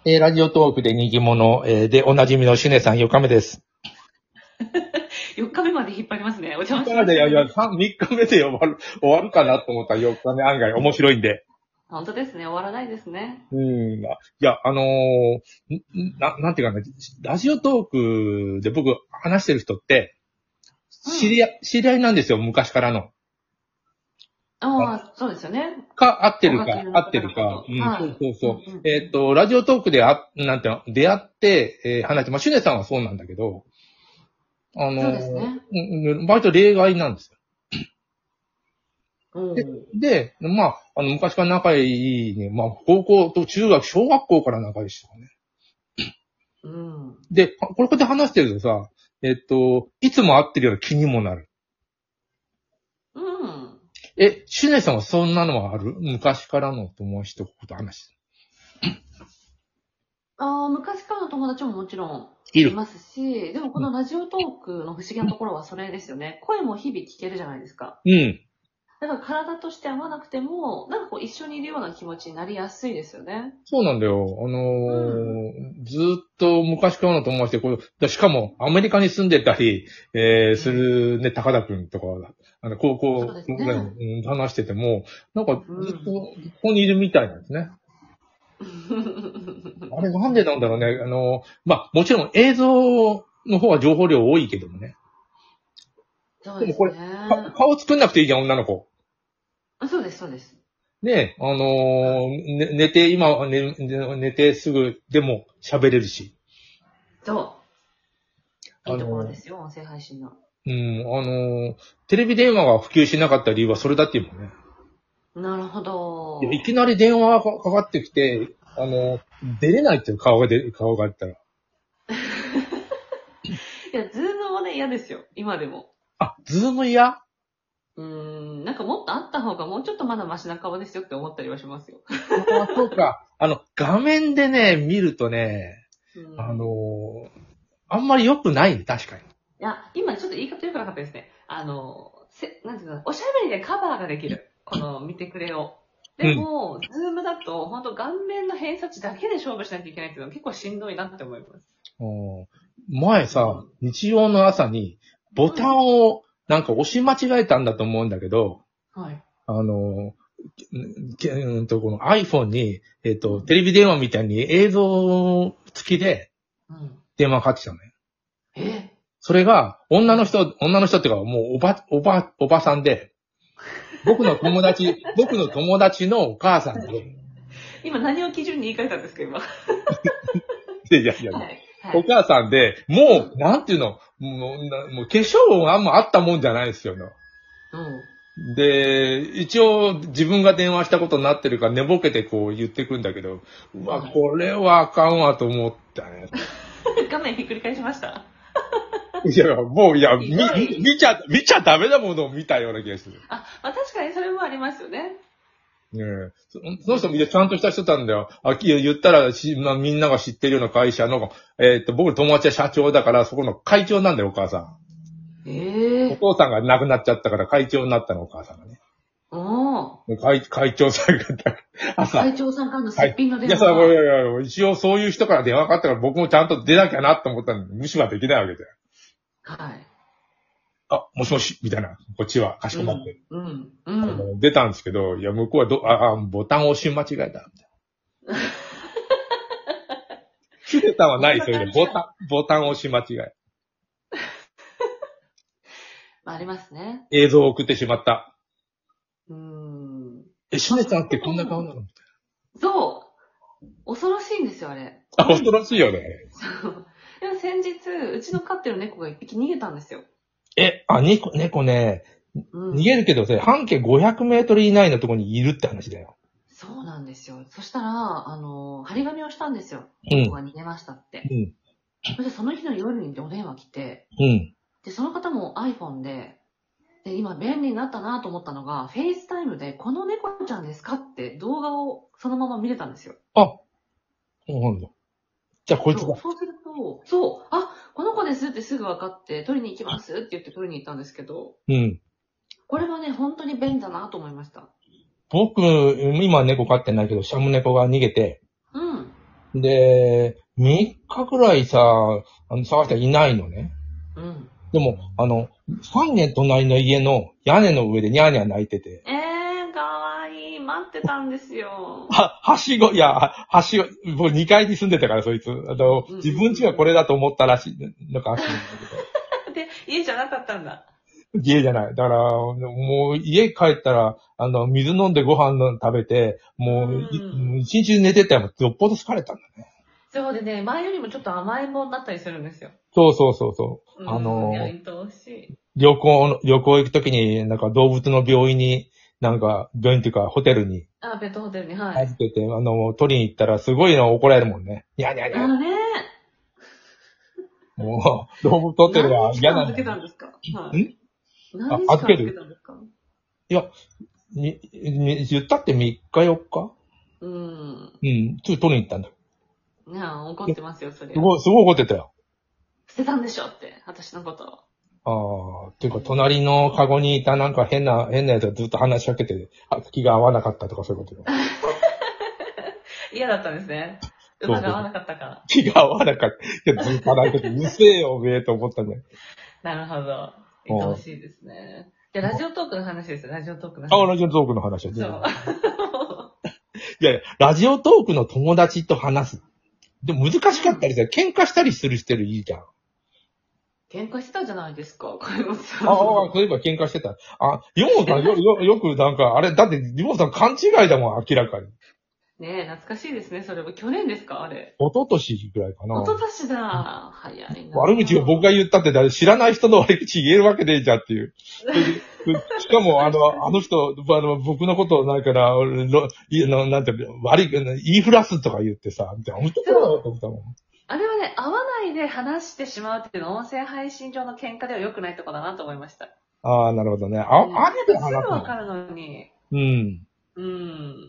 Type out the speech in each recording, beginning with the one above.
ラジオトークで人気者、で、おなじみのシュネさん、4日目です。 4日目まで引っ張りますね。お邪魔し 3 ます。 日目で、3日目で終わるかなと思ったら4日目案外面白いんで。 本当ですね。終わらないですね。 いや、なんていうかな、ラジオトークで僕話してる人って、知り合いなんですよ、昔からの。 ああ、そうですよね。 合ってるか、合ってるか。 はい。 そう。ラジオトークでなんていうの、出会って、話して、まあ、シュネさんはそうなんだけど、 そうですね。 割と例外なんですよ。 うん。 で、まあ、昔から仲いいね、まあ、高校と中学、小学校から仲いい人がね。 うん。 で、これで話してるとさ、いつも会ってるような気にもなる。 うん。 シュネさんはそんなのはある？昔からの友達と話してああ、昔からの友達ももちろんいる。 いますし、でもこのラジオトークの不思議なところはそれですよね。声も日々聞けるじゃないですか。 うん。 だから体として合わなくても、なんかこう一緒にいるような気持ちになりやすいですよね。 そうなんだよ。 うん。 ずーっと昔からの友達で、しかもアメリカに住んでたり、するね、高田くんとか、高校そうですね。 話してても、なんかうずっとん。 ここにいるみたいなんですね。あれなんでなんだろうね。まあ、もちろん映像の方は情報量多いけどもね。でもこれ、 そうですね。 顔作んなくていいじゃん、女の子。 そうです、そうです。 ね、寝て、今、寝てすぐでも喋れるし。 そう。いいところあのですよ、音声配信の。 うん、テレビ電話が普及しなかった理由はそれだっていうもんね。 なるほいど。 きなり電話がかかってきて、出れないっていう顔があったら。 いや、ズームもね、嫌ですよ。今でも。 あ、ズーム嫌？ なんかもっとあった方がもうちょっとまだマシな顔ですよって思ったりはしますよ。 ああ、そうか。画面でね、見るとね、 うん。 あいの、あんまり良くないね、確かに。 や、今ちょっと言い方良くなかったですね。なんていうの、おしゃべりでカバーができる。この見てくれを。 うん。 でも、ズームだと、本当顔面の偏差値だけで勝負しなきゃいけないっていうのは結構しんどいなって思います。 うん前さ、 うん。 日曜の朝にボタンをなんか押し間違えたんだと思うんだけど、 はい。 あの、この iPhone に、 うん。 テレビ電話みたいに映像付きでうん。 電話かかってきたのね。 えそれが、女の人っていうか、もうおばさんで、僕の友達のお母さんで、 今何を基準に言い換えたんですか、今。はいやいやいや、 い。はおい。 母さんで、もう、なんていうの、もう化粧があんまあったもんじゃないですよね。 うん。 で、一応自分が電話したことになってるから寝ぼけてこう言ってくんだけど、うわ、 はい。 これはあかんわと思ったね。 画面ひっくり返しました。 いや、もう、いや、 ひどい。 見ちゃダメなものを見たような気がする。 まあ確かにそれもありますよね。 ねえ。その人もいやちゃんとした人なんだよ。言ったらまあ、みんなが知ってるような会社の、僕の友達は社長だから、そこの会長なんだよ、お母さん。おええ父さんが亡くなっちゃったから会長になったの、お母さんがね。 おー。 会長さんが、朝。 会長さんからのはい。 すっぴんのいや、さ、い電話が。 やいや一応そういう人から電話かかったから僕もちゃんと出なきゃなと思ったんで、無視はできないわけで。 はい。 あ、もしもし、みたいな。こっちはかしうん。 こまって。 うん。うん。 出たんですけど、いや、向こうはボタンを押し間違えた。切れたはこんない、それで。 な感じや。 ボタンを押し間違え。 まあ、ありますね。 映像を送ってしまった。 うーん。 シュまあ、 ネさんってそういうことこんな顔なの？ も。そう。恐ろしいんですよ、あれ。 あ、 怖いんです。 恐ろしいよね。 そう。でも先日、うちの飼ってる猫が一匹逃げたんですよ。 猫ね、 うん。 逃げるけど、それ半径500メートル以内のところにいるって話だよ。 そうなんですよ。そしたら、張り紙をしたんですよ。 うん。 この子が逃げましたって。 うん。 そしてその日の夜にお電話来て、 うん。 で、その方も iPhone で、今便利になったなと思ったのが、FaceTime でこの猫ちゃんですかって動画をそのまま見れたんですよ。 あ、そうなんだ。じゃあこいつだ。 そう、そうすると、そう、この子ですってすぐ分かって、取りに行きますって言って取りに行ったんですけど、 うん。 これはね、本当に便利だなと思いました。 僕、今猫飼ってないけど、シャム猫が逃げて、 うん。 で、3日くらいさ、探したらいないのね。 うん。 でも、3軒隣の家の屋根の上でニャーニャー泣いてて。 かわいい。待ってたんですよ。 はしご、いや、はしご、僕2階に住んでたから、そいつ。自分家がこれだと思ったらしい、なんからしいんだけで、家じゃなかったんだ。 ど。家じゃない。だから、もう家帰ったら、水飲んでご飯食べて、もう、一日中寝てたら、よっぽど疲れたんだね。 そうでね、前よりもちょっと甘えん坊になったりするんですよ。 そうそうそうそう。 いや、愛おしい。 旅行行くときに、なんか動物の病院に、なんか、病院っていうか、ホテルに、 ペットホテルに、はい。 預けて、取りに行ったら、すごいの怒られるもんね。にゃにゃにゃ。 ねもう、動物ホテルは嫌なんだ。 何日間預けたんですか？はい。何日間預ける？ 預けたんですか？ いや、言ったって3日4日うん。 ちょっと取りに行ったんだ。 いや、怒ってますよ、それ。 すごい怒ってたよ。 捨てたんでしょって、私のこと。 っていうか、隣のカゴにいたなんか変なやつがずっと話しかけて、気が合わなかったとかそういうことよ。 嫌だったんですね。馬が合わなかったから。 気が合わなかった。ずっと話しかけて、うるせえよ、おめえと思ったんだよ。 なるほど。愛おしいですね。じゃあ、ラジオトークの話ですよ、ラジオトークの話。 ラジオトークの話は。 そう。 いや、ラジオトークの友達と話す。でも難しかったりさ、喧嘩したりするしてるいいじゃん。 喧嘩してたじゃないですか、小山さん。 そういえば喧嘩してた。ヨモさんよくなんか、あれ、だってヨモさん勘違いだもん、明らかに。 ねえ、懐かしいですね、それは。去年ですか、あれ。 一昨年ぐらいかな。 一昨年だ。早いな。 悪口を僕が言ったって知らない人の悪口言えるわけねえじゃんっていう。しかも、あの人、僕のことをなんかな、なんて、悪い、言いふらすとか言ってさ、みたいな。本当だよと思ったもん。 あれはね、会わないで話してしまうっていうのは音声配信上の喧嘩では良くないところだなと思いました。 なるほどね。 あれですぐわかるのに。 うん。 うん。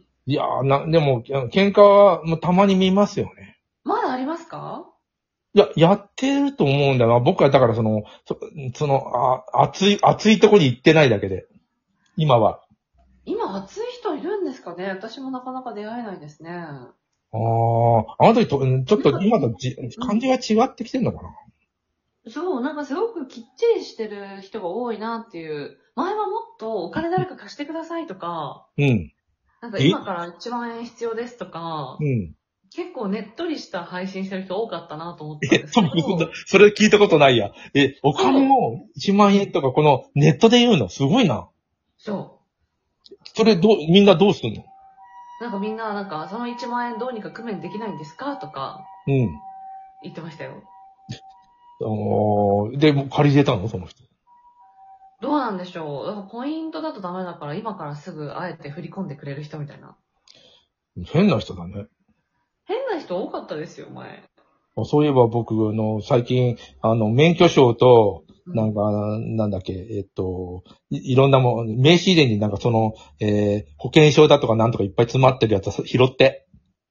いやでも、喧嘩はもうたまに見ますよね。 まだありますか？ いや、やってると思うんだよな。僕はだから熱いとこに行ってないだけで。今は。 今熱い人いるんですかね？私もなかなか出会えないですね。 あの時と、ちょっと今と感じが違ってきてんのかな。 そう、なんかすごくきっちりしてる人が多いなっていう。前はもっとお金誰か貸してくださいとか、なんか今から1万円必要ですとか、結構ねっとりした配信してる人多かったなと思ったんですけど。 それ聞いたことないや。お金を1万円とかこのネットで言うのすごいな。 そう。 それみんなどうすんの？ なんかみんななんかその1万円どうにか工面できないんですかとか、言ってましたよ。 で、もう借りれたのその人。 どうなんでしょう。だからポイントだとダメだから今からすぐあえて振り込んでくれる人みたいな。 変な人だね。 変な人多かったですよ、前。 そういえば僕最近、免許証と、なんか、なんだっけ、いろんなもん、名刺入れになんか保険証だとかなんとかいっぱい詰まってるやつ拾って。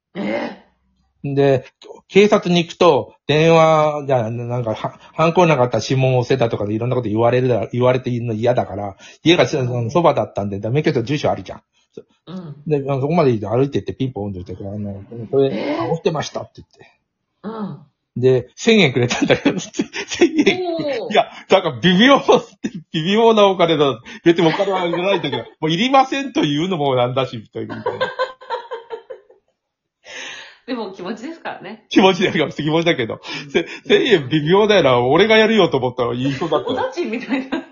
で、警察に行くと、電話、なんか、犯行なかったら指紋を押せたとかでいろんなこと言われているの嫌だから、家がそばだったんで、免許証住所あるじゃん。で、そこまで歩いてってピンポンと言って、それ、押してましたって言って。で、1000円くれたんだけど、1000円。いや、なんか微妙なお金だ。別にお金はいらないんだけど、もういりませんというのもなんだし、みたいな。 でも気持ちですからね。 気持ちだけど、1000円微妙だよな。俺がやるよと思ったら言いそうだった。 おだちみたいな。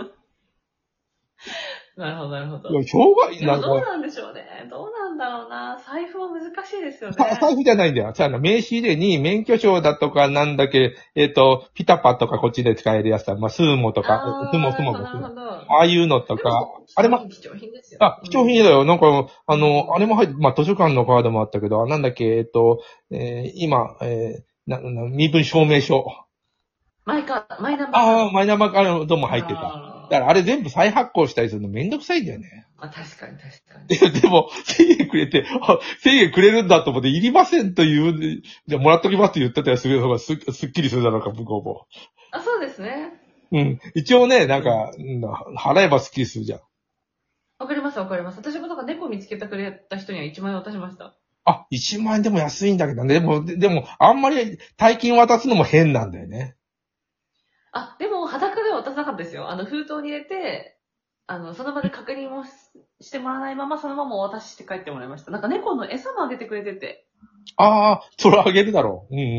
なるほど、なるほど。 いや、しょうがないな。 どうなんでしょうね。どうなんだろうな。財布は難しいですよね。 財布じゃないんだよ。名刺入れに免許証だとかなんだけ、ピタパとかこっちで使えるやつだ。スーモとか、スモ。ああいうのとか。あれも、 貴重品ですよ。 貴重品だよ。なんか、あれも入って、図書館のカードもあったけど、なんだっけ、今、身分証明書。 マイナンバー。 マイナンバーカードも入ってた。だからあれ全部再発行したりするのめんどくさいんだよね。 確かに。 でも、1000円くれて、1000円くれるんだと思って、いりませんと言う、じゃもらっときますって言ってたらすっきりするだろうか、向こうも。 そうですね。 一応ね、なんか、払えばすっきりするじゃん。 わかります。私もなんか猫見つけてくれた人には1万円渡しました。 あ、1万円でも安いんだけどね。でも、あんまり大金渡すのも変なんだよね。 あ、でも裸では渡さなかったですよ。封筒に入れて、その場で確認もしてもらわないまま、そのままお渡しして帰ってもらいました。なんか猫の餌もあげてくれてて。 ああ、それあげるだろう。うんうん。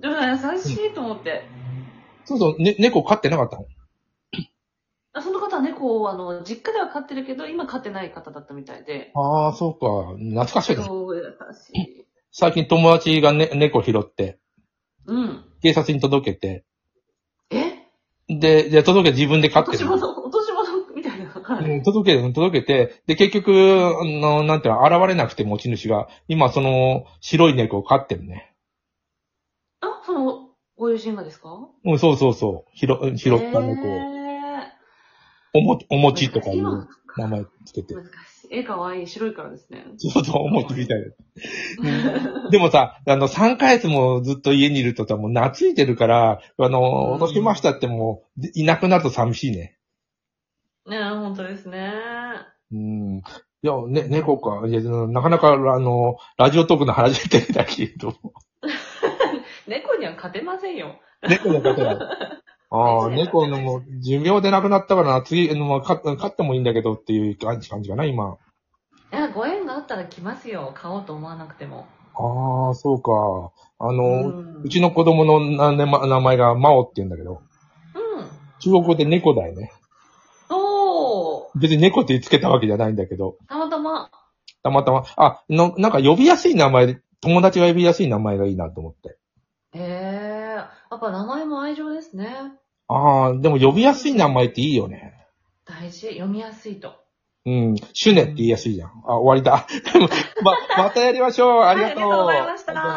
でも優しいと思って。 そうそう、猫飼ってなかったの？ その方は猫を実家では飼ってるけど、今飼ってない方だったみたいで。 ああ、そうか。懐かしいね。 そう、優しい。 最近友達が猫拾って、 うん。 警察に届けて、 で、 届けて自分で飼ってる。 落とし物みたいな。はい。 届けて、で、結局、なんていうの、現れなくて持ち主が、今その、白い猫を飼ってるね。 あ、ご友人がですか？ うん、そうそうそう。拾った猫を。お餅とかいう名前つけて。 難しい。可愛い。白いからですね。 そうそう、お餅みたいな。でもさ、3ヶ月もずっと家にいるとさ、もう懐いてるから、落としましたってもう、いなくなると寂しいね。 ねえ、本当ですね。 いや、猫か。いや、なかなか、ラジオトークの話出てだけど。 猫には勝てませんよ。 猫には勝てない。ああ、猫のもう寿命で亡くなったからな、次、飼ってもいいんだけどっていう感じかな、今。 いや、ご縁があったら来ますよ。買おうと思わなくても。 ああ、そうか。うちの子供の名前がマオって言うんだけど。 うん。 中国語で猫だよね。 おー。 別に猫ってつけたわけじゃないんだけど。 たまたま。 たまたま。なんか呼びやすい名前、友達が呼びやすい名前がいいなと思って。 やっぱ名前も愛情ですね。 ああ、でも呼びやすい名前っていいよね。 大事。読みやすいと。 うん。シュネって言いやすいじゃん。あ、終わりだ。またやりましょう。ありがとう。 はい、ありがとうございました。